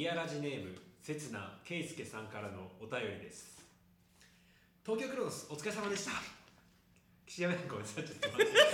ディアラジネームせつなけいすけさんからのお便りです。東京クロスお疲れ様でした。岸山ごめんなさい、ちょっと待って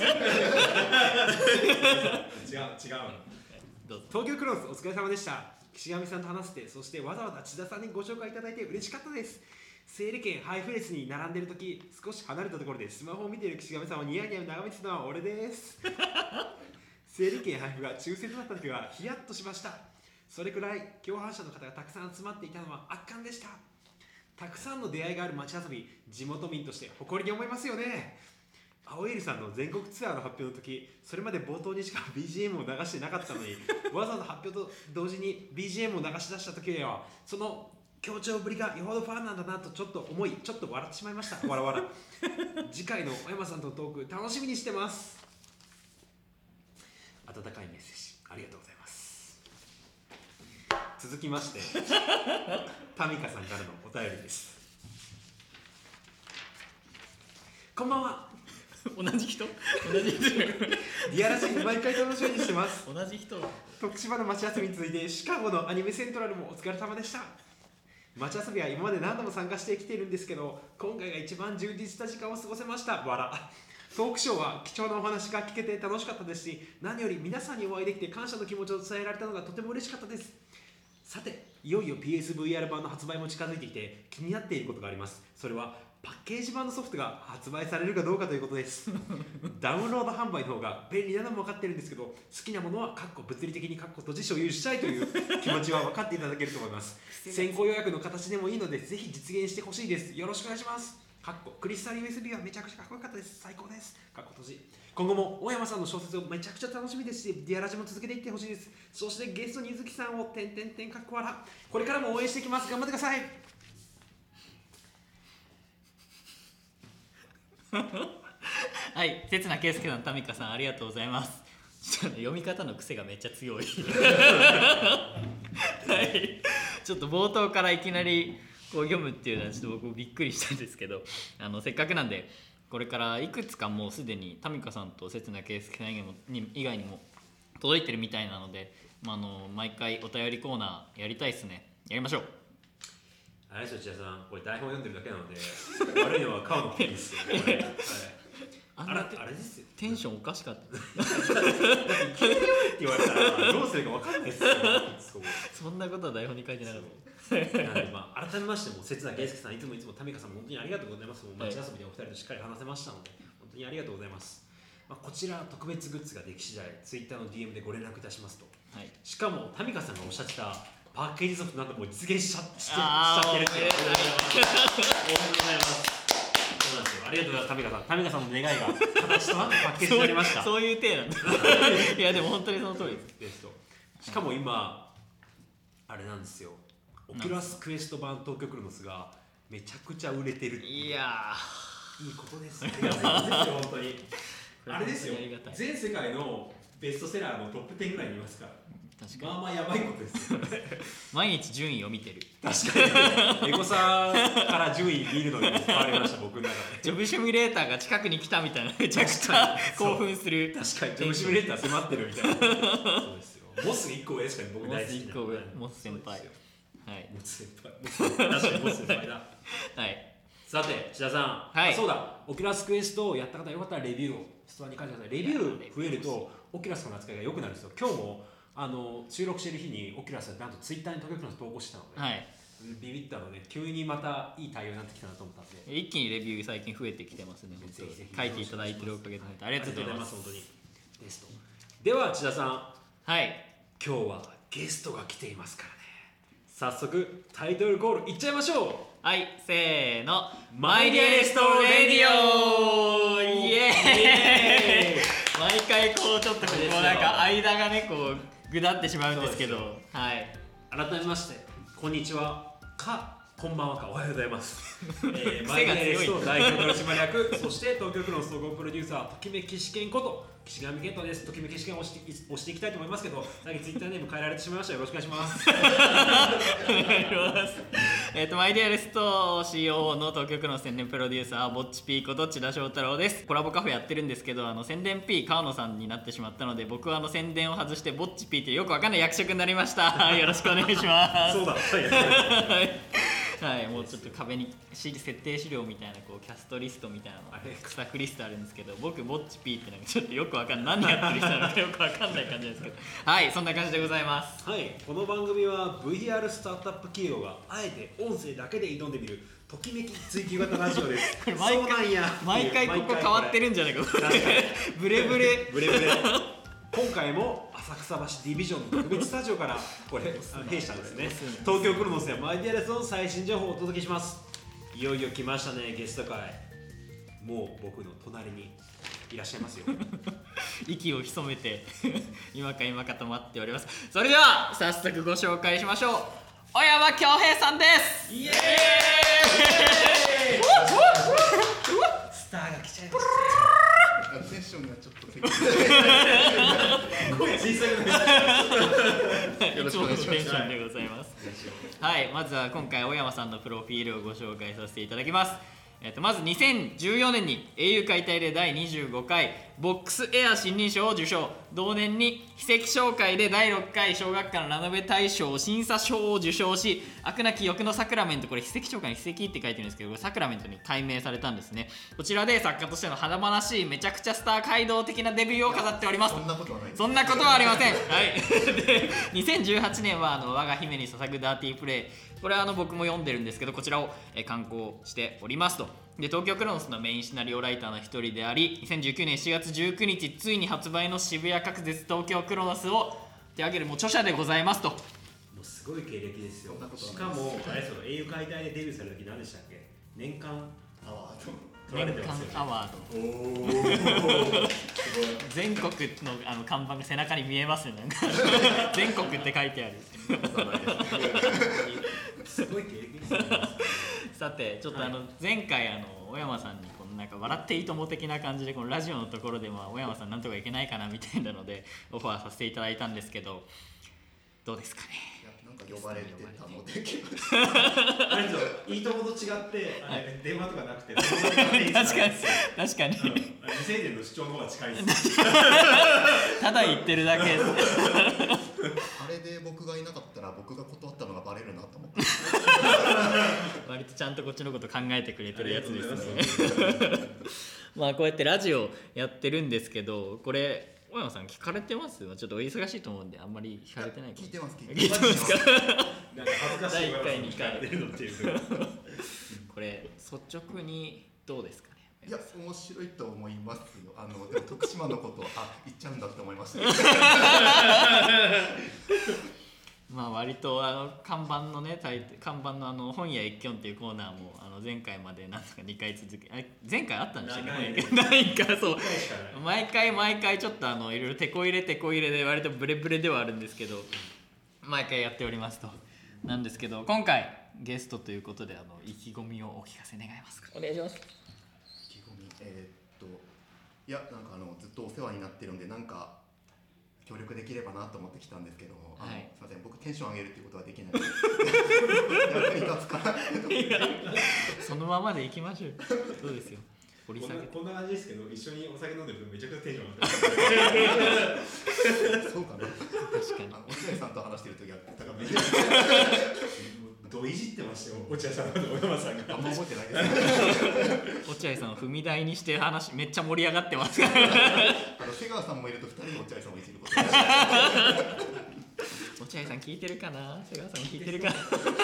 違う東京クロスお疲れ様でした。岸上さんと話して、そしてわざわざ千田さんにご紹介いただいて嬉しかったです。整理券配布列に並んでいるとき、少し離れたところでスマホを見ている岸上さんをニヤニヤ眺めてたのは俺です整理券配布が抽選となったときはヒヤッとしました。それくらい共犯者の方がたくさん集まっていたのは圧巻でした。たくさんの出会いがある街遊び、地元民として誇りに思いますよね。青エルさんの全国ツアーの発表の時、それまで冒頭にしか BGM を流してなかったのにわざわざ発表と同時に BGM を流し出した時には、その強調ぶりがよほどファンなんだなとちょっと思い、ちょっと笑ってしまいました。わらわら次回の小山さんとのトーク楽しみにしてます。温かいメッセージありがとうございます。続きましてタミカさんからのお便りです。こんばんは。 同じ人ディアラジ毎回楽しみにしてます。 同じ人。 徳島の街遊びに続いてシカゴのアニメセントラルもお疲れ様でした。街遊びは今まで何度も参加してきているんですけど、今回が一番充実した時間を過ごせました。笑。トークショーは貴重なお話が聞けて楽しかったですし、何より皆さんにお会いできて感謝の気持ちを伝えられたのがとても嬉しかったです。さて、いよいよ PSVR 版の発売も近づいてきて気になっていることがあります。それはパッケージ版のソフトが発売されるかどうかということですダウンロード販売の方が便利なのも分かってるんですけど、好きなものは物理的に閉じ所有したいという気持ちは分かっていただけると思います先行予約の形でもいいのでぜひ実現してほしいです。よろしくお願いします。クリスタル USB はめちゃくちゃかっこよかったです。最高です。閉じ。今後も大山さんの小説をめちゃくちゃ楽しみですし、ディアラジも続けていってほしいです。そしてゲストにゆずきさんをかっこ笑。これからも応援していきます。頑張ってくださいはい、せつなけいすけさん、たみかさんありがとうございます。ちょっと読み方の癖がめっちゃ強いはい、ちょっと冒頭からいきなりこう読むっていうのはちょっと僕びっくりしたんですけど、せっかくなんでこれからいくつかもうすでにたみかさんとせつなけいすけさん以外にも届いてるみたいなので、毎回お便りコーナーやりたいですね。やりましょう。 あれですよ、千田さん、これ台本読んでるだけなので悪いのは顔の件ですよ、はい、あれですよ、 テンションおかしかった聞いてよって言われたらどうするか分かんないですよそんなことは台本に書いてなかったなので、改めましてもせつなけいすけさんいつもタミカさんも本当にありがとうございます。街遊びでお二人としっかり話せましたので本当にありがとうございます。こちら特別グッズができ次第ツイッターの DM でご連絡いたしますと、はい、しかもタミカさんがおっしゃってたパッケージソフトなんかもう実現しちゃってるっていう。おめでとうございます。そうなんですよ。ありがとうございます。タミカさん。タミカさんの願いが形となってパッケージになりましたそういう体なんだいやでも本当にその通りですと。しかも今あれなんですよ、オキュラスクエスト版東京クロノスがめちゃくちゃ売れてるっていう。 いやいいことですね。本当にあれですよ、全世界のベストセラーのトップ10ぐらいにいますから。確かにまあやばいことですよ毎日順位を見てる。 確かにエゴサから順位見るのに変わりました僕の中で。 ジョブシミュレーターが近くに来たみたいなめちゃくちゃ興奮する。 確かにジョブシミュレーター迫ってるみたいなそうですよ。モス1個上ですから僕大好きなモス先輩。 はい、モス先輩。確かにモス先輩だはい。 さて千田さん、はい、そうだ、オキュラスクエストをやった方よかったらレビューをストアに書いてください。レビュー増えるとオキュラスの扱いが良くなるんですよ。今日も収録している日にオキュラスがなんとツイッターに東京クロノス投稿してたので、はい、ビビったので急にまたいい対応になってきたなと思ったんで、 一気にレビュー最近増えてきてますね。ぜひぜひ書いていただいてるおかげで、はい、ありがとうございます。 本当にですと。では千田さん、 はい、 今日はゲストが来ていますからね。早速タイトルコールいっちゃいましょう。 はい、せーの、マイディアレストレディオイエーイ毎回こうちょっとこうなんか間がねこうぐだってしまうんですけど、はい、 改めましてこんにちはかこんばんはかおはようございますマイディアレスト代表取締役そして東京クロノス総合プロデューサーときめきしけんこと岸上健人です。ときめきしけんを押していきたいと思いますけど、最近ツイッターネーム変えられてしまいました。よろしくお願いしますお願いしますマイディアレスト COO の東京クロの宣伝プロデューサーぼっち P こと千田翔太郎です。コラボカフェやってるんですけど、宣伝 P 川野さんになってしまったので、僕は宣伝を外してぼっち P っていうよくわかんない役職になりましたよろしくお願いしますそうだはい、もうちょっと壁に設定資料みたいなこうキャストリストみたいなのスタッフリストあるんですけど、僕ぼっち P ってなんかちょっとよくわかんない、何やってる人なのかよくわかんない感じですけどはい、そんな感じでございます。 はい、この番組は VR スタートアップ企業があえて音声だけで挑んでみるときめき追求型ラジオですこれ毎回ここ変わってるんじゃないかブレブレ今回も浅草橋ディビジョンの特別スタジオからこれ弊社ですね、東京クロノスやマイディアレスの最新情報をお届けします。いよいよ来ましたね、ゲスト会。もう僕の隣にいらっしゃいますよ息を潜めて今かと待っております。それでは早速ご紹介しましょう。小山恭平さんです。 イエーイスターが来ちゃいましたテンションがちょっと声小さいいつものテンションでございます。はい、まずは今回小山さんのプロフィールをご紹介させていただきます。まず2014年に英雄解体で第25回ボックスエア新人賞を受賞、同年に非石商会で第6回小学館ラノベ大賞審査賞を受賞し、飽くなき欲のサクラメント、これ非石商会に非石って書いてるんですけど、これサクラメントに改名されたんですね。こちらで作家としての華々しいめちゃくちゃスター街道的なデビューを飾っております。 そんなことはない。 そんなことはありません。はいで2018年は我が姫に捧ぐダーティープレイ、これは僕も読んでるんですけど、こちらを刊行しておりますと。で東京クロノスのメインシナリオライターの一人であり、2019年7月19日ついに発売の渋谷隔絶東京クロノスを手掛けるもう著者でございますと。 もうすごい経歴ですよ。しかもあれその英雄解体でデビューされた時何でしたっけ、年間アワード取られてますよね。 年間アワード全国の看板が背中に見えますよね全国って書いてあるすごい経歴ですねさてちょっと前回小山さんにこのなんか笑っていいとも的な感じでこのラジオのところで小山さんなんとかいけないかなみたいなのでオファーさせていただいたんですけど、どうですかね。 なんか呼ばれてたのでいいともと違って電話とかなくて確かに未成年の主張の方が近いですただ言ってるだけあれで僕がいなかったら僕が断ったのがバレるなと思って割とちゃんとこっちのこと考えてくれてるやつですねまあこうやってラジオやってるんですけど、これ小山さん聞かれてます？ちょっとお忙しいと思うんであんまり聞かれてないかも。 聞いてます聞いてますかなんか恥ずかしい第1回2回出るのっていうこれ率直にどうですかね。 いや面白いと思いますよ。でも徳島のこと言っちゃうんだって思いましたまあ割と看板のね看板の本屋一挙っていうコーナーも前回までなんとか2回続け、前回あったんでしたっけ。ないかそう毎回ちょっといろいろテこ入れで割とブレブレではあるんですけど毎回やっておりますと。なんですけど今回ゲストということで意気込みをお聞かせ願いますか。お願いします。 意気込みいやなんかずっとお世話になってるんでなんか協力できればなと思ってきたんですけども、すみません僕テンション上げるっていうことはできないので役に立つかなそのままでいきましょう。そうですよ。掘り下げてこんな感じですけど、一緒にお酒飲んでるとめちゃくちゃテンション上がってそうかな。 確かに落合さんと話してる時は高めどいじってましたよ、落合さんと小山さんが。 あんま覚えてないです落合さんを踏み台にして話めっちゃ盛り上がってますから瀬川さんもいると2人で落合さんもいじること落合さん聞いてるかな、瀬川さんも聞いてるかな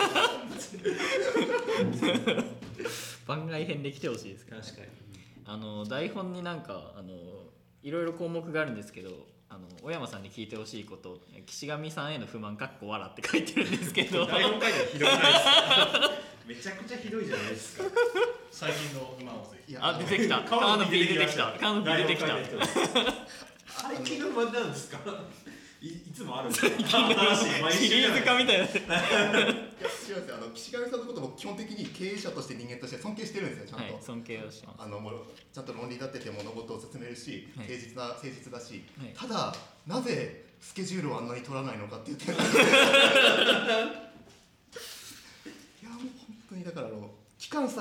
番外編で来てほしいですから。 確かに台本になんかいろいろ項目があるんですけど、小山さんに聞いてほしいこと、岸上さんへの不満笑って書いてるんですけど台本書いてひどくないですかめちゃくちゃひどいじゃないですか最近の不満をぜひ。 出てきた。川の P 出てきた。川の P 出てきた。 最近の不満なんですかいつもあるんですかシリーズ化みたいな。 違うんですよ。岸上さんのことも基本的に経営者として人間として尊敬してるんですよ。ちゃんと、 尊敬をしてます。 もうちゃんと論理立てて物事を進めるし、誠実だし、ただなぜスケジュールをあんなに取らないのかっていう点いやもう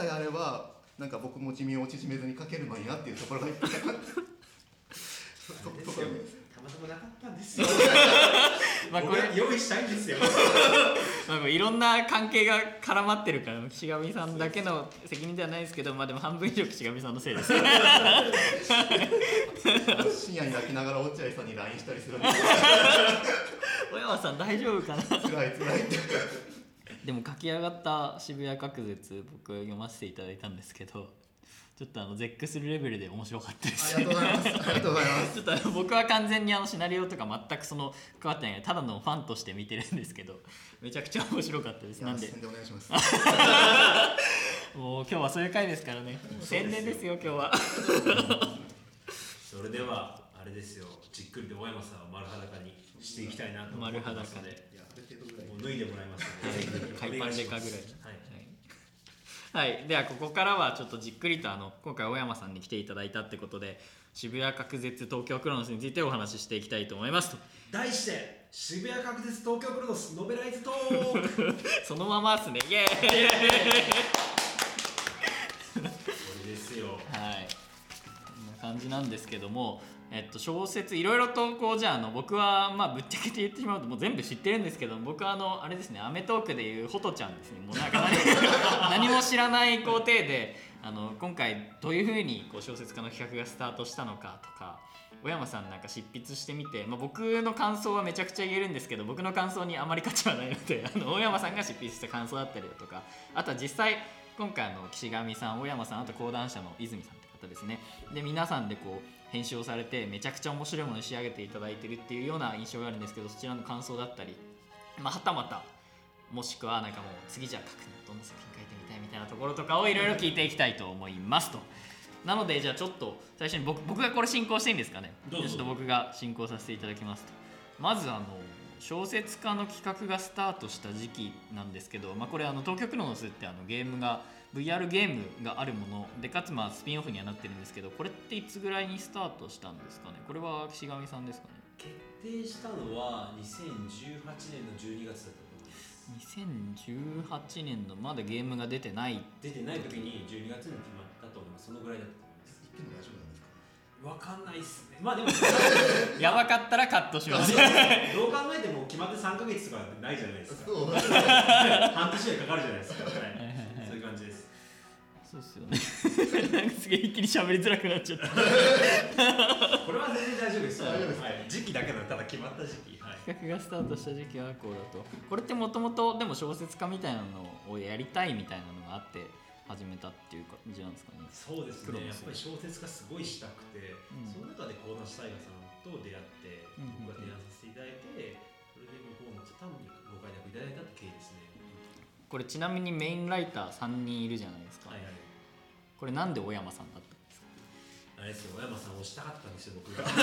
さえあればなんか僕も寿命を縮めずに書けるのになっていうところがいっぱいあってそこたまたまなかったんですよまあこれ俺は用意したいんですよまあいろんな関係が絡まってるから岸上さんだけの責任ではないですけど、まあでも半分以上岸上さんのせいです深夜に泣きながら落合さんに LINE したりするんです小山さん大丈夫かな辛いってでも書き上がった渋谷隔絶僕読ませていただいたんですけど、ちょっと絶句するレベルで面白かったですありがとうございますありがとうございますちょっと僕は完全にシナリオとか全く関わってないただのファンとして見てるんですけど、めちゃくちゃ面白かったです。なんで宣伝お願いしますもう今日はそういう回ですからね。宣伝ですよ今日はそれではあれですよ、じっくりと小山さんを丸裸にしていきたいなと思ってますので、 いやある程度ぐらいもう脱いでもらいますので、 海パンデカぐらいはい、 はい、ではここからはちょっとじっくりと今回小山さんに来ていただいたってことで渋谷隔絶東京クロノスについてお話ししていきたいと思いますと。 題して渋谷隔絶東京クロノスノベライズトークそのままですね、イエーイこれですよ。 はい、こんな感じなんですけども、小説いろいろとじゃあ僕はまあぶっちゃけて言ってしまうともう全部知ってるんですけど、僕はあれですね、アメトークでいうホトちゃんですね。もうなんか何も知らない体で今回どういうふうに小説家の企画がスタートしたのかとか、小山さんなんか執筆してみて、僕の感想はめちゃくちゃ言えるんですけど、僕の感想にあまり価値はないので小山さんが執筆した感想だったりだとか、あとは実際今回岸上さん、小山さん、あと講談社の泉さんって方ですね、で皆さんで編集をされてめちゃくちゃ面白いものに仕上げていただいてるっていうような印象があるんですけど、そちらの感想だったり、はたまたもしくはなんかもう次じゃあ書くのどんな作品書いてみたいみたいなところとかをいろいろ聞いていきたいと思いますと。なのでじゃあちょっと最初に僕がこれ進行していいんですかね。 どうぞ。 ちょっと僕が進行させていただきますと。まず小説家の企画がスタートした時期なんですけど、これ東京クロノスってゲームが VR ゲームがあるもので、かつスピンオフにはなってるんですけど、これっていつぐらいにスタートしたんですかね。これは岸上さんですかね。 決定したのは2018年の12月だったと思います。 2018年のまだゲームが出てない時に12月に決まったと思います。そのぐらいだったと思います。 言っても大丈夫なんですか。 わかんないっすね。まあでもやばかったらカットしますどう考えても決まって3ヶ月とかないじゃないですか。 そう半年ぐらいかかるじゃないですか。はい、そういう感じです。 そうっすよねなんかすげえ一気に喋りづらくなっちゃったこれは全然大丈夫です。 大丈夫です。 はい、時期だけのただ決まった時期。はい、 企画がスタートした時期はこうだと、これってもともとでも小説家みたいなのをやりたいみたいなのがあって始めたっていう感じなんですかね。 そうですね。やっぱり小説がすごいしたくて、その中で講談師大河さんと出会って、僕が提案させていただいて、それで向こうの方にご快諾いただいたって経緯ですね。 これちなみにメインライター3人いるじゃないですか。 はいはい。 これなんで小山さんだったんですか。 あれですよ、小山さんを推したかったんですよ僕が。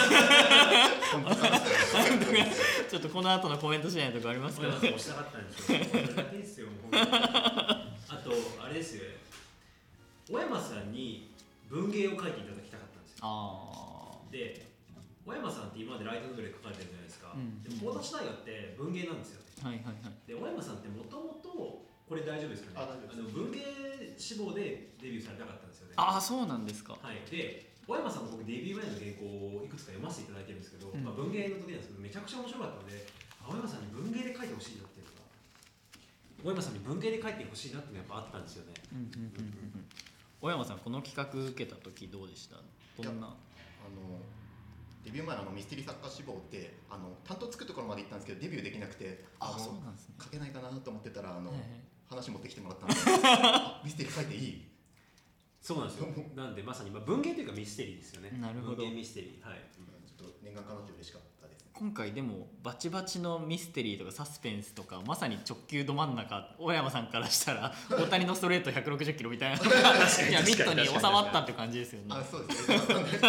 ちょっとこの後のコメントしないとこありますから小山さんを推したかったんですよ。それだけですよ。あとあれですよ。小山さんに文芸を書いていただきたかったんですよ。で、小山さんって今までライトノベルで書かれてるじゃないですか。でも講談師大河って文芸なんですよね。で、小山さんってもともとこれ大丈夫ですかね。文芸志望でデビューされたかったんですよね。 そうなんですか。 はい。で、小山さんの僕デビュー前の原稿をいくつか読ませていただいてるんですけど、文芸の時なんですけどめちゃくちゃ面白かったので、小山さんに文芸で書いてほしいなっていうのが、小山さんに文芸で書いてほしいなっていうのがやっぱあったんですよね。 小山さんこの企画受けた時どうでした。どんなデビュー前のミステリー作家志望って担当つくところまで行ったんですけどデビューできなくてそうなんですね。 書けないかなと思ってたら話持ってきてもらったんでミステリー書いていい。 そうなんですよ。なんでまさに文芸というかミステリーですよね。 なるほど。 文芸ミステリー。はい。 ちょっと念願かなって嬉しかったです。 今回でもバチバチのミステリーとかサスペンスとかまさに直球ど真ん中、小山さんからしたら大谷のストレート160キロみたいなのがミットに収まったっていう感じですよね。 そうですね。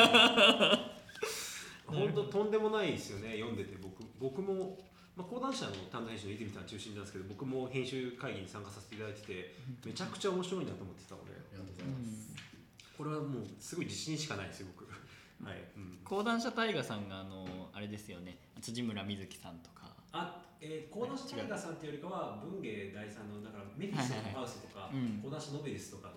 本当とんでもないですよね。読んでて僕も講談社の担当編集の泉さん中心なんですけど、僕も編集会議に参加させていただいててめちゃくちゃ面白いなと思ってたので、 ありがとうございます。 これはもうすごい自信しかないですよ僕。はい。 講談社大河さんがあれですよね、辻村瑞希さんとか。 講談社大河さんっていうよりかは文芸第三のだからメフィストのハウスとか講談社ノベリスとかの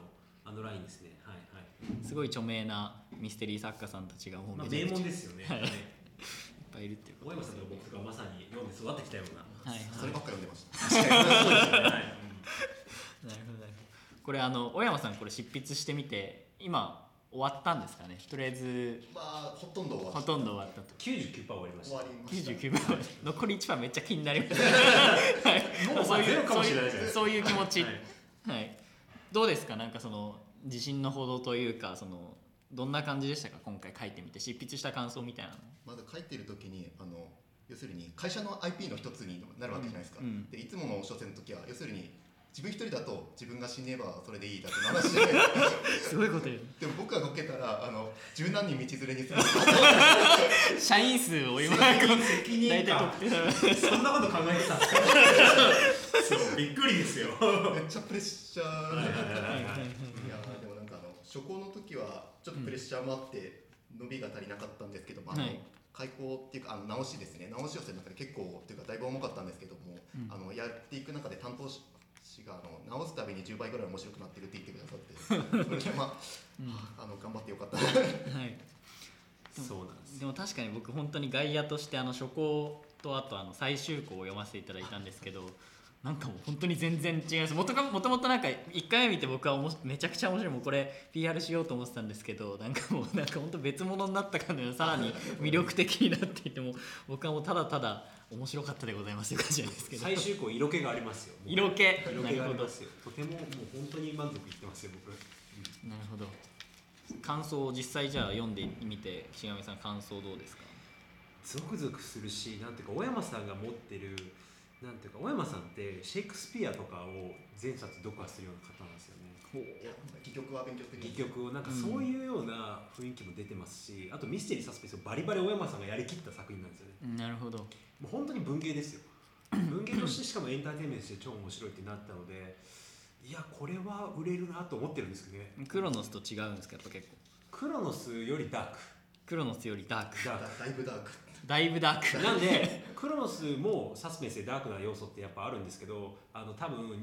あのラインですね。はいはい。 すごい著名なミステリー作家さんたちがもうまあ、 めちゃくちゃ名門ですよね。 はいはい。 いっぱいいるっていうこ大山さんとか僕とかまさに読んで育ってきたような。 と。はいはい。 そればっか読んでました。 確かにそうですよね。はい。 なるほどなるほど。これ小山さんこれ執筆してみて今終わったんですかね。とりあえずまあほとんど終わほとんど終わったと。 99%終わりました。 終わりました。 99分残り1番めっちゃ気になります。はいもうそういうゼロかもしれないじゃないですか。 そういう気持ち。 はいはい。どうですか、なんかその自信のほどというか、そのどんな感じでしたか、今回書いてみて、執筆した感想みたいなの。 まず書いてる時に要するに会社の IP の一つになるわけじゃないですか、 うんでいつもの書店の時は要するに自分一人だと自分が死ねばそれでいいだって話じゃないですか。 すごいこと言う。 でも僕がこけたら十何人道連れにする社員数を今責任大体感取ってた。 そんなこと考えてたんですか。そうびっくりですよ。 めっちゃプレッシャーはいはいはいはいいやでもなんか初稿の時はちょっとプレッシャーもあって伸びが足りなかったんですけど、 はい開講っていうか直しですね、直し寄せの中で結構っていうかだいぶ重かったんですけども、やっていく中で担当氏が直すたびに10倍ぐらい面白くなってるって言ってくださってそれでまあ、頑張ってよかったはい。 そうなんです。 でも確かに僕本当に外野として初稿とあと最終稿を読ませていただいたんですけど、なんかもう本当に全然違います。もともとなんか1回目見て僕はめちゃくちゃ面白い、もうこれ PR しようと思ってたんですけど、なんか本当別物になったかのような、さらに魅力的になっていて、も僕はもうただただ面白かったでございますという感じなんですけど。 最終稿色気がありますよ。 色気。 色気がありまなるほど。 すよ。とてももう本当に満足いってますよ僕。 なるほど。感想を実際じゃあ読んでみて、岸上さん感想どうですか。 ゾクゾクするし、なんていうか小山さんが持ってるなんていうか小山さんってシェイクスピアとかを全冊読破するような方なんですよね。 いや戯曲は勉強的に戯曲をなんかそういうような雰囲気も出てますし、あとミステリーサスペンスをバリバリ小山さんがやりきった作品なんですよね。 なるほど。 もう本当に文芸ですよ。文芸としてしかもエンターテインメントとして超面白いってなったので、いやこれは売れるなと思ってるんですけどね。 クロノスと違うんですか、やっぱ結構。 クロノスよりダーク。 クロノスよりダーク。 ダーだいぶダークだいぶダーク。 クなんでクロノスもサスペンスでダークな要素ってやっぱあるんですけど、多分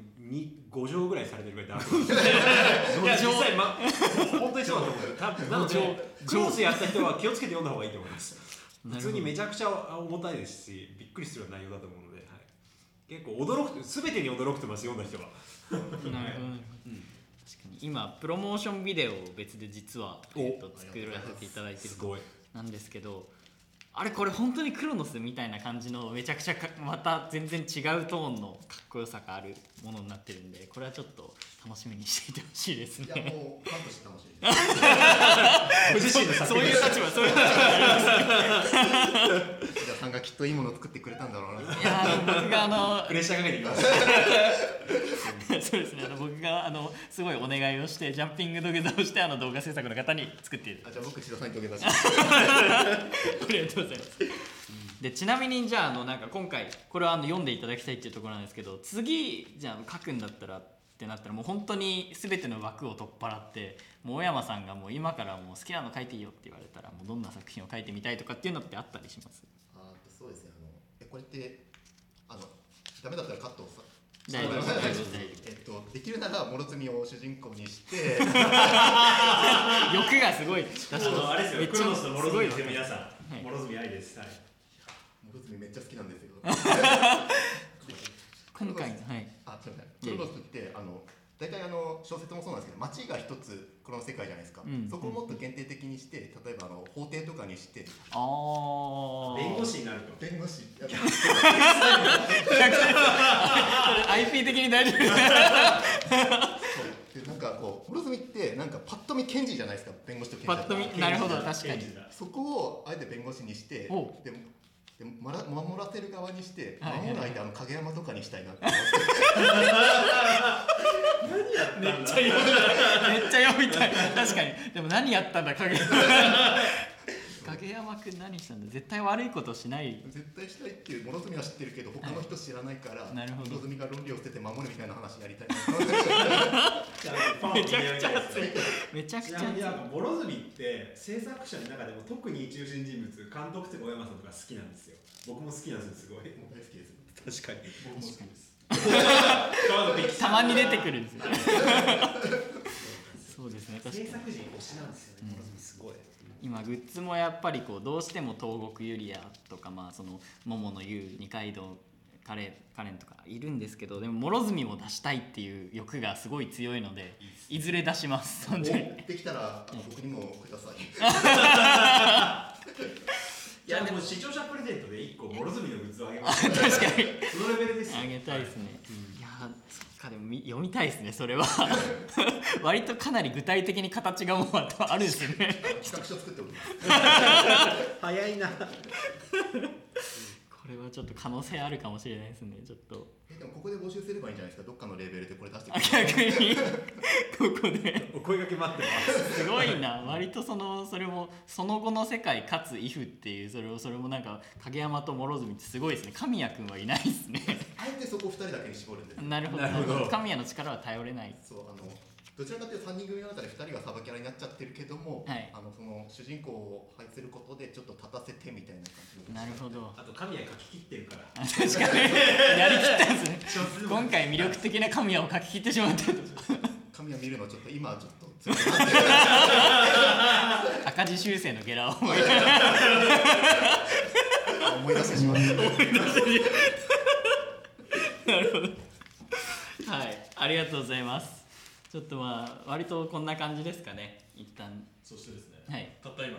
5畳ぐらいされてるぐらいダークなんですよ。いや実際本当にそうだと思うよ。多分なのでクロノスやった人は気をつけて読んだ方がいいと思います。普通にめちゃくちゃ重たいですし、びっくりするような内容だと思うので、はい、結構全てに驚くと思います読んだ人は。 なるほど、確かに今プロモーションビデオを別で実は、作らせていただいてるすごいなんですけど、あれこれ本当にクロノスみたいな感じのめちゃくちゃまた全然違うトーンのかっこよさがあるものになってるんで、これはちょっと楽しみにしていてほしいですね。 いやもうファンとして楽しいですご自身の作品そういう立場そういう立場じゃあさんがきっといいものを作ってくれたんだろうな。 いや僕がプレッシャーかけていきます。 そうですね、僕がすごいお願いをしてジャンピング土下座をして動画制作の方に作っている。 じゃあ僕千田さんに土下座します。 ありがとうございます。でちなみにじゃあなんか今回これは読んでいただきたいっていうところなんですけど、次じゃあ書くんだったらってなったらもう本当に全ての枠を取っ払って、もう小山さんがもう今からもう好きなの書いていいよって言われたら、もうどんな作品を書いてみたいとかっていうのってあったりします？ そうですね。これってダメだったらカットさ。 大丈夫ですできるなら諸角を主人公にして欲がすごい。 あれですよ、クロノスの諸角ですよ皆さん。 はい諸角愛です。はい。 諸角めっちゃ好きなんですよ。 今回はい。 すみません。クロノスって大体小説もそうなんですけど、街が一つこの世界じゃないですか。そこをもっと限定的にして、例えば法廷とかにして。 弁護士になると。 弁護士。 IP 的に大丈夫。 でなんかこう諸角ってなんかパッと見検事じゃないですか、弁護士と検事。 パッと見なるほど、確かに。 そこをあえて弁護士にして、で守らせる側にして守らないで影山とかにしたいなって思って。 めっちゃ読みたい。確かに。でも何やったんだ影山くん何したんだ。絶対悪いことしない。 絶対したいっていう諸角は知ってるけど他の人知らないから、 なるほど。 諸角が論理を捨てて守るみたいな話やりたいな。めちゃくちゃ熱い。めちゃくちゃ熱い。 諸角って制作者の中でも特に中心人物、監督とか小山さんとか好きなんですよ。僕も好きなんですよ、すごい。 大好きです。 確かに。 僕も好きです。 たまに出てくるんですよ。そ制作陣推しなんですよね、すごい。 今グッズもやっぱりこうどうしても東国ユリアとか、まあその桃の優、二階堂カレンとかいるんですけど、でも諸角も出したいっていう欲がすごい強いので、いずれ出します。本当にできたら僕にもください。 いやでも視聴者プレゼントで1個諸角のグッズをあげます。 確かにそのレベルですよ。 あげたいですね。いやそっか、でも読みたいですね、それは。割とかなり具体的に形がもうあるんですよね。 企画書作っておきます。 早いな。 これはちょっと可能性あるかもしれないですね。ちょっとでもここで募集すればいいんじゃないですか。どっかのレベルでこれ出してく逆ださい。 にここでお声掛け待ってます。 すごいな。割とそれもその後の世界かつイフっていう、それもなんか影山と諸角ってすごいですね。神谷君はいないですね。 あえてそこ2人だけに絞るんです。 なるほど。神谷の力は頼れない。 そうどちらかというと3人組の中で2人がサバキャラになっちゃってるけども、 はい、 その主人公を配することでちょっと立たせてみたいな感じの。 なるほど。 あと神谷書き切ってるから。 確かにやりきったんですね。今回魅力的な神谷を書き切ってしまった。 神谷見るのちょっと今ちょっと辛いなって。 赤字修正のゲラを思い出してしまった。 なるほど。はい、ありがとうございます。ちょっとまあ割とこんな感じですかね。一旦。 そしてですね、 はい、 たった今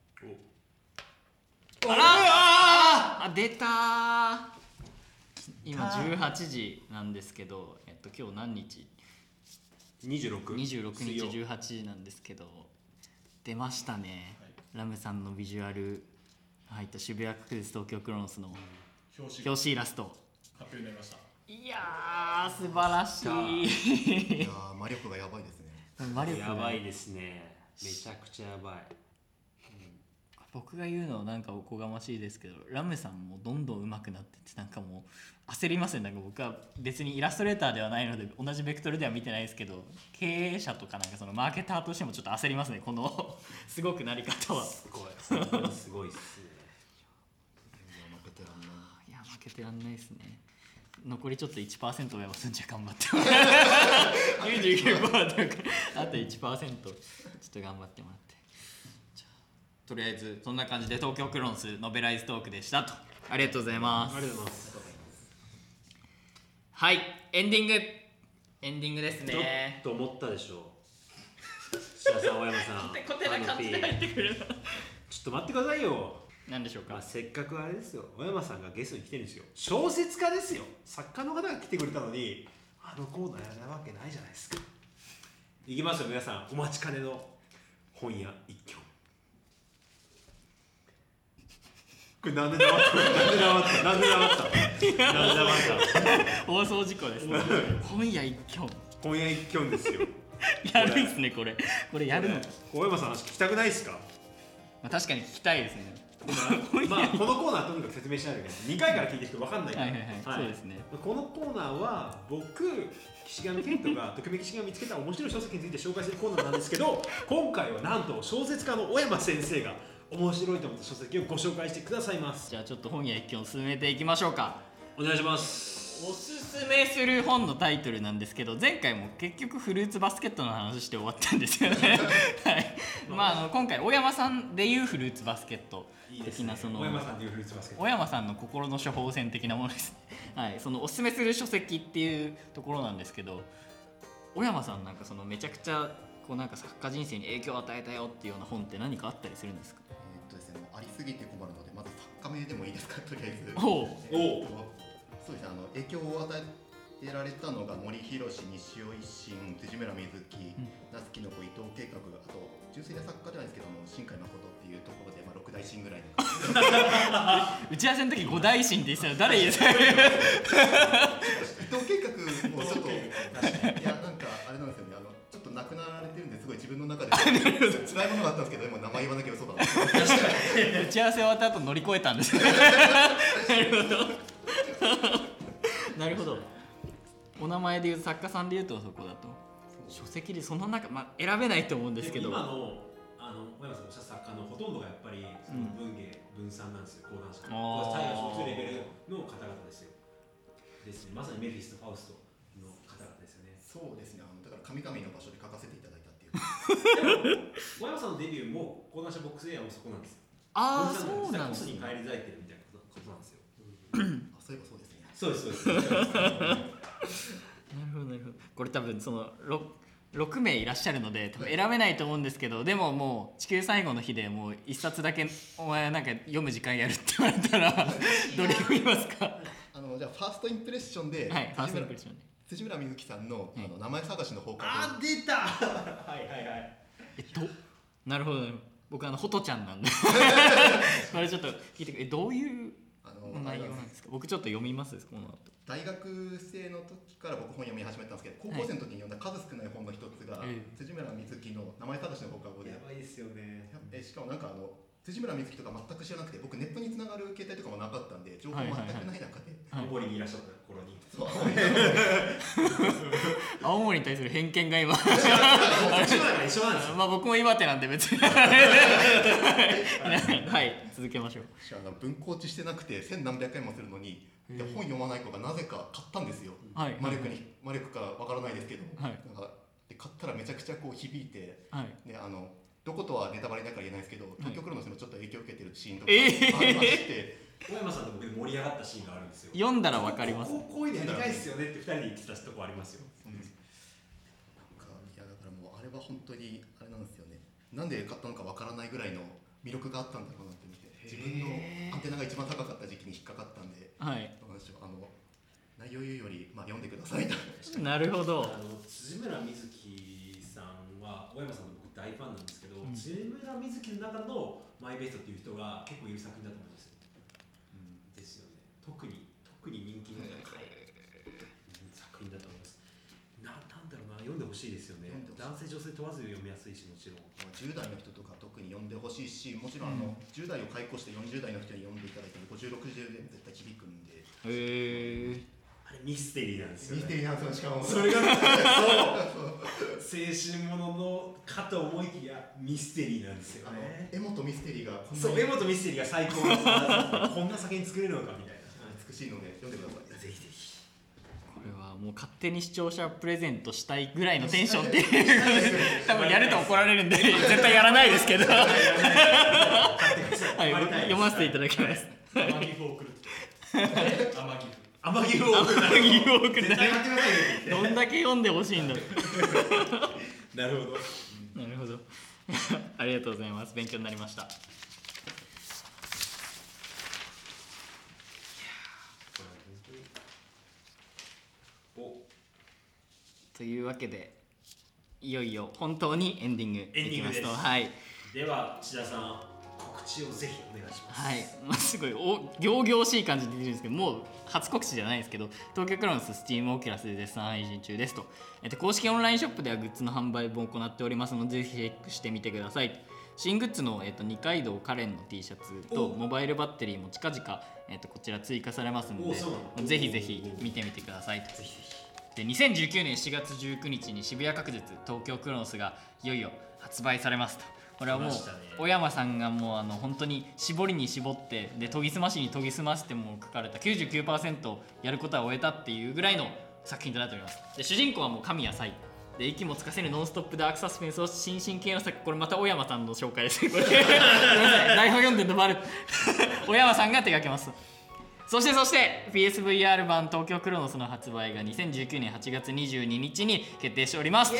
出たー。今18時なんですけど、今日何日 ？26 日18時なんですけど、出ましたね、はい、ラムさんのビジュアル入った渋谷区立東京クロノスの表紙イラスト発表になりました。 いやー素晴らしい。 いやー魔力がやばいですね。 魔力やばいですね。めちゃくちゃやばい。 僕が言うのはなんかおこがましいですけど、ラムさんもどんどん上手くなってって、なんかもう焦りますね。なんか僕は別にイラストレーターではないので同じベクトルでは見てないですけど、経営者とかなんかそのマーケターとしてもちょっと焦りますね、このすごくなり方は。 すごいっすね。 負けてらんない。 いや負けてらんないですね。残りちょっと 1% 上はすんじゃ頑張って99%あと 1% ちょっと頑張ってもらって、とりあえずそんな感じで東京クロノスノベライズトークでしたと。ありがとうございます。 ありがとうございます。 はい、エンディングですね。 ちょっと思ったでしょ石田さん、大山さん。 コテな感じで入ってくるな。 ちょっと待ってくださいよ。 何でしょうか。 せっかくあれですよ、小山さんがゲストに来てるんですよ。小説家ですよ。作家の方が来てくれたのにあのコーナーやるわけないじゃないですか。いきますよ皆さん、お待ちかねの本屋一挙。これなんで黙った放送事故ですね。本屋一挙ですよ。 やるんですね、これやるの。 小山さん話聞きたくないですか？ 確かに聞きたいですね。 このコーナーとにかく説明しないといけない。2回から聞いてる人分かんないから。 そうですね。 このコーナーは僕、岸上健人が匿名岸が見つけた面白い書籍について紹介するコーナーなんですけど、今回はなんと小説家の小山先生が面白いと思った書籍をご紹介してくださいます。 じゃあちょっと本屋一挙進めていきましょうか。 お願いします。 おすすめする本のタイトルなんですけど、前回も結局フルーツバスケットの話して終わったんですよね。はい。今回小山さんでいうフルーツバスケット的な、その小山さんでいうフルーツバスケット、 小山さんの心の処方箋的なものです。はい。そのおすすめする書籍っていうところなんですけど、小山さんなんかそのめちゃくちゃこうなんか作家人生に影響を与えたよっていうような本って何かあったりするんですか？ ですね、ありすぎて困るので、まず作家名でもいいですか、とりあえず。そうですね、影響を与えられたのが森博、西尾維新、辻村瑞希、那須きのこ、伊藤計画、あと純粋な作家じゃないですけど新海誠っていうところで、6大臣ぐらいの打ち合わせの時5大臣って言ってたら誰言う？伊藤計画もちょっといやなんかあれなんですよね、ちょっと亡くなられてるんですごい自分の中で辛いものがあったんですけど、でも名前言わなきゃ嘘だな。 打ち合わせ終わった後乗り越えたんですよね。なるほど。お名前で言う作家さんで言うとそこだと書籍でその中、選べないと思うんですけど、 今の小山さんおっしゃった作家のほとんどがやっぱりその文芸、文産なんですよ。講談社の大河小通レベルの方々ですよ。ですね、まさにメフィスト・ファウストの方々ですよね。 そうですね、だから神々の場所で書かせていただいたっていう小山さんのデビューも講談社ボックスエアもそこなんですよ。 ああ、そうなんですね。 コスに帰り咲いてるみたいなことなんですよ。 あ、そういえばそうですね。 そうですそうです。 なるほどなるほど。これ多分その6名いらっしゃるので多分選べないと思うんですけど、でももう地球最後の日でもう1冊だけお前なんか読む時間やるって言われたらどれ読みますか？ じゃあファーストインプレッションで、 はい、ファーストインプレッションで辻村瑞希さんの、名前探しの放課後。 あ、出た。はいはいはい。 なるほどなるほど。僕ホトちゃんなんでこれちょっと聞いてくれ。どういう内容なんですか？僕ちょっと読みますこの後。 大学生の時から僕本読み始めたんですけど、高校生の時に読んだ数少ない本の一つが、辻村瑞希の名前探しの放課後で。 やばいですよね。 しかもなんか辻村瑞希とか全く知らなくて、僕ネットにつながる携帯とかもなかったんで情報全くない中で、 青森にいらっしゃった頃に。 そう青森に対する偏見が今一緒なんですよ。 まあ僕も岩手なんで別にはい続けましょう。 文庫落ちしてなくて千何百円もするのに、で本読まない子がなぜか買ったんですよ。 はい魔力かわからないですけど、 はい、 なんかで買ったらめちゃくちゃこう響いて、 はい、 でどことはネタバレだから言えないですけど、東京クロノスのちょっと影響を受けてるシーンとかありまして、 小山さんと僕で盛り上がったシーンがあるんですよ。 読んだらわかります。 こういうのやりたいっすよねって2人で言ってたとこありますよ。 いやだからもうあれは本当にあれなんですよね。なんで買ったのかわからないぐらいの魅力があったんだろうなって見て、自分のアンテナが一番高かった時期に引っかかったんで、 はい、 内容言うより、読んでくださいと。 なるほど。 辻村瑞希さんは小山さんの僕大ファンなんですけど、辻村瑞希の中のマイベストっていう人が結構いる作品だと思いますよ。ですよね。特に人気の高い作品だと思います。なんだろうな、読んでほしいですよね。男性女性問わず読みやすいし、もちろん 10代の人とか特に読んでほしいし、もちろん10代を解雇して40代の人に読んでいただいても50、60で絶対響くんで。 あれミステリーなんですよね。 ミステリーなんですよ。しかもそれがそう青春もののかと思いきやミステリーなんですよね。 江本ミステリーがそう、江本ミステリーが最高なんです。こんな作品作れるのかみたいな。 美しいので読んでください。 ぜひぜひ。 これはもう勝手に視聴者プレゼントしたいぐらいのテンションっていう多分やると怒られるんで絶対やらないですけどはい、読ませていただきます。 天城フォークル天城を送る。絶対買ってくださいよ。 どんだけ読んでほしいんだろう。なるほど。 なるほど。ありがとうございます。勉強になりました。というわけでいよいよ本当にエンディングいきますと、はい。 では千田さん告知をぜひお願いします。 はい、すごい仰々しい感じで出てるんですけど、もう初告知じゃないですけど、東京クロノススチームオキュラスで絶賛配信中ですと。公式オンラインショップではグッズの販売も行っておりますので、ぜひチェックしてみてください。新グッズの、二階堂カレンの T シャツとモバイルバッテリーも近々、こちら追加されますので、ぜひぜひ見てみてくださいと。ぜひぜひ。で2019年4月19日に渋谷角舌東京クロノスがいよいよ発売されますと。これはもう小山さんがもう本当に絞りに絞ってで研ぎ澄ましに研ぎ澄ましても書かれた 99% やることは終えたっていうぐらいの作品となっております。で主人公はもう神谷祭で息もつかせるノンストップダークサスペンスを新進系の作、これまた小山さんの紹介ですこれ台本読んでるのバレ小山さんが手掛けます。そして PSVR 版東京クロノスの発売が2019年8月22日に決定しております。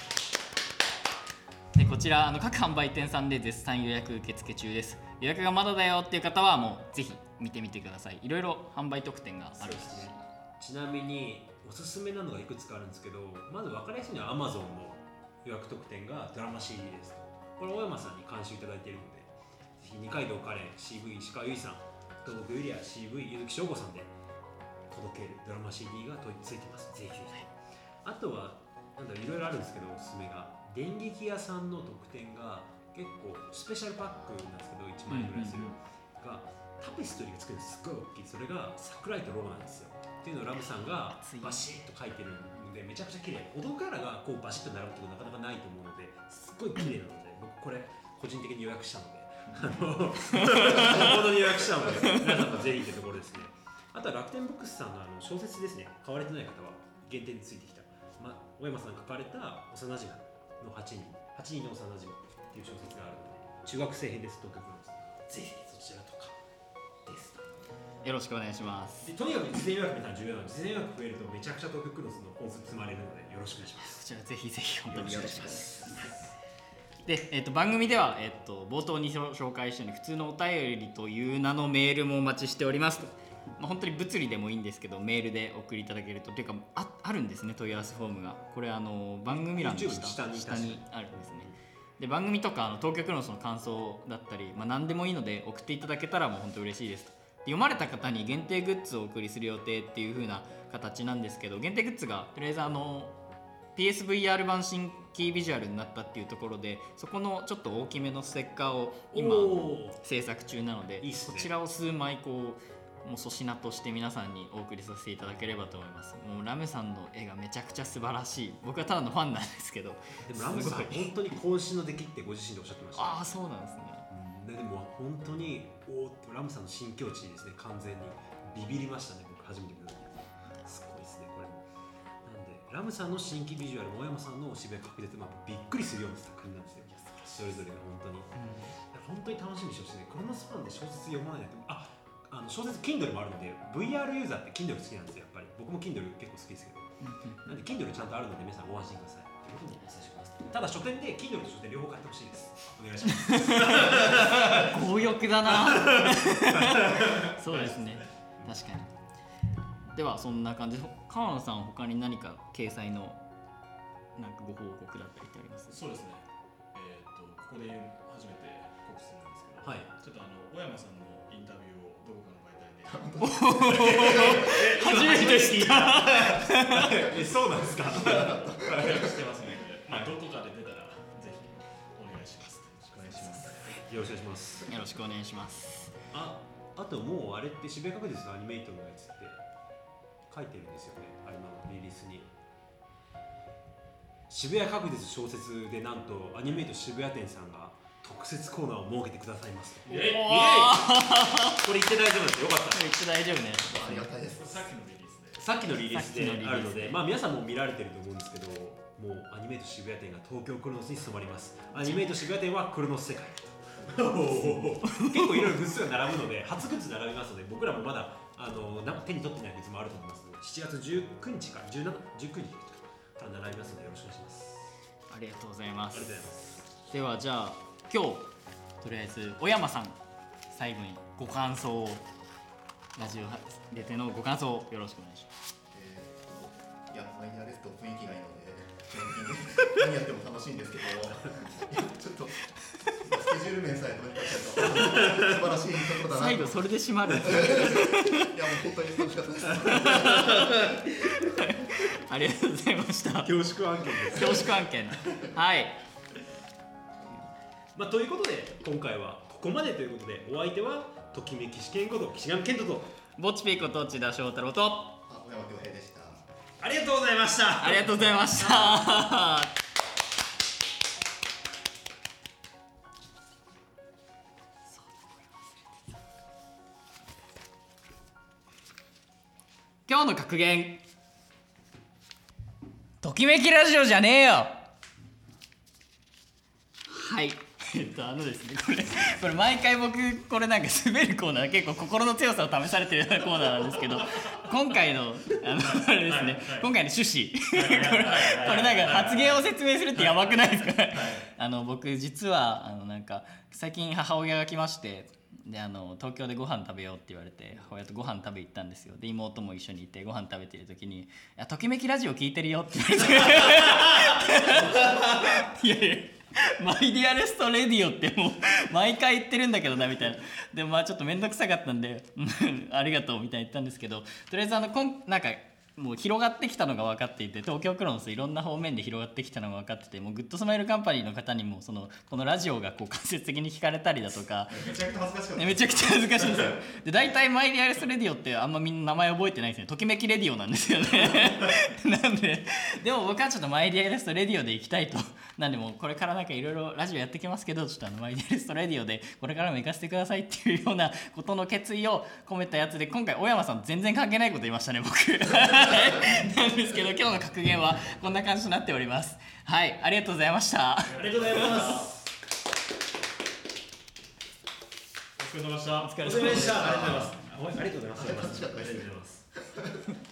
でこちら各販売店さんで絶賛予約受付中です。予約がまだだよっていう方はもうぜひ見てみてください。いろいろ販売特典があるし、 ちなみにおすすめなのがいくつかあるんですけど、まず分かりやすいのは Amazon の予約特典がドラマ CD ですと。これ大山さんに監修いただいているので、ぜひ二階堂カレン CV 石川由依さん、東北ユリア CV 柚木翔吾さんで届けるドラマ CD がついてます。ぜひぜひ。あとはいろいろあるんですけど、おすすめが電撃屋さんの特典が結構スペシャルパックなんですけど1万円ぐらいする、がタペストリーが作るのすっごい大きい。それが桜井とローなんですよ。っていうのをラムさんがバシッと書いてるのでめちゃくちゃ綺麗。お堂からがこうバシッと並ぶってことなかなかないと思うのですっごい綺麗なので、僕これ個人的に予約したので本当に予約したので皆さんもぜひってところですね。あとは楽天ブックスさんの小説ですね。買われてない方は限定についてきた、大山さんが書かれた幼馴染の8人の幼馴染っていう小説があるので、中学生編です。東京クロノス、ぜひそちらとかです。 よろしくお願いします。 でとにかく事前予約みたいな重要なので、事前予約増えるとめちゃくちゃ東京クロノスの本数積まれるので、よろしくお願いします。 こちらぜひぜひ本当によろしくお願いします。で、番組では、冒頭に紹介したように普通のお便りという名のメールもお待ちしておりますと。本当に物理でもいいんですけど、メールで送りいただけると、というか あるんですね、問い合わせフォームが。これ番組欄の下にあるんですね。で、番組とか東京クロノスの感想だったり、何でもいいので送っていただけたらもう本当嬉しいですと。読まれた方に限定グッズをお送りする予定っていう風な形なんですけど、限定グッズがとりあえずPSVR 版新規ビジュアルになったっていうところで、そこのちょっと大きめのステッカーを今制作中なので、 いいっすね、 そちらを数枚もう粗品として皆さんにお送りさせていただければと思います。もうラムさんの絵がめちゃくちゃ素晴らしい。僕はただのファンなんですけど、 でもラムさん本当に渾身の出来ってご自身でおっしゃってました、ね、 ああ、そうなんですね。 でも本当にラムさんの新境地ですね。完全にビビりましたね、僕初めて見た時。すごいですね、これも。なんでラムさんの新規ビジュアルも大山さんの渋谷確実びっくりするような作品なんですよ。それぞれが本当に楽しみにしてほしいね。クロノスファンで小説読まないと、小説 Kindle もあるので、 VR ユーザーって Kindle 好きなんですよ。やっぱり僕も Kindle 結構好きですけど、なんで Kindle ちゃんとあるので皆さんご安心くださいということにお伝えしておきます。ただ書店で Kindle と書店両方買ってほしいです。お願いします。 強欲だなそうですね、確かに。ではそんな感じで、川野さん他に何か掲載のなんかご報告だったりってあります？ そうですね、ここで初めて告知するんですけど、 はい、 ちょっと小山さんのインタビューをどこかの媒体で初めて知ったそうなんですかしてますので、どこかで出たらぜひお願いします。よろしくお願いします。 よろしくお願いします。 よろしくお願いします。 あともうあれって渋谷確実のアニメイトのやつって書いてるんですよね、あれのリリースに。渋谷確実小説でなんとアニメイト渋谷店さんが特設コーナーを設けてくださいますと。これ言って大丈夫です。よかった。 言って大丈夫ね。 ありがたいです。 さっきのリリースで。 さっきのリリースであるので、皆さんも見られてると思うんですけど、もうアニメイト渋谷店が東京クロノスに染まります。アニメイト渋谷店はクロノス世界結構いろいろグッズが並ぶので、初グッズ並びますので、僕らもまだ手に取ってないグッズもあると思いますので、7月19日から19日から並びますので、よろしくお願いします。 ありがとうございます。 ありがとうございます。 ではじゃあ今日とりあえず小山さん、最後にご感想を、ラジオ出てのご感想をよろしくお願いします。 いや、マイディアですと雰囲気がいいので何やっても楽しいんですけど、いやちょっとスケジュール面さえどうにかしないと素晴らしいところだな。 最後それで締まる。いやもう本当に楽しかったです。 ありがとうございました。 恐縮案件です。 恐縮案件。はい。 ということで今回はここまでということで、お相手はときめき試験こと岸上健人とぼっちピーこと千田翔太郎と小山恭平でした。 ありがとうございました。 ありがとうございました。今日の格言、ときめきラジオじゃねえよ。はい、ですね、これ毎回僕これなんか滑るコーナー、結構心の強さを試されてるようなコーナーなんですけど、今回のあれですね、今回の趣旨これなんか発言を説明するってやばくないですか？僕実はなんか最近母親が来まして、で東京でご飯食べようって言われて母親とご飯食べ行ったんですよ。で妹も一緒にいてご飯食べてる時に「いやときめきラジオ聞いてるよ」って言われていやいやマイディアレストレディオってもう毎回言ってるんだけどなみたいな。でもちょっと面倒くさかったんでありがとうみたいに言ったんですけど、とりあえずなんかもう広がってきたのが分かっていて、東京クロノスいろんな方面で広がってきたのが分かってて、もうグッドスマイルカンパニーの方にもこのラジオが間接的に聞かれたりだとかめちゃくちゃ恥ずかしかった。 めちゃくちゃ恥ずかしいんですよ。で大体マイディアレストレディオってあんまみんな名前覚えてないですね。ときめきレディオなんですよねなんででも僕はちょっとマイディアレストレディオで行きたいと。なんでもうこれからなんかいろいろラジオやってきますけど、ちょっとマイディアレストレディオでこれからも行かせてくださいっていうようなことの決意を込めたやつで、今回小山さん全然関係ないこと言いましたね僕なんですけど、今日の格言はこんな感じになっております。はい、ありがとうございました。 ありがとうございます。お疲れ様でした。 お疲れ様でした。 ありがとうございます。 楽しかったですありがとうございます。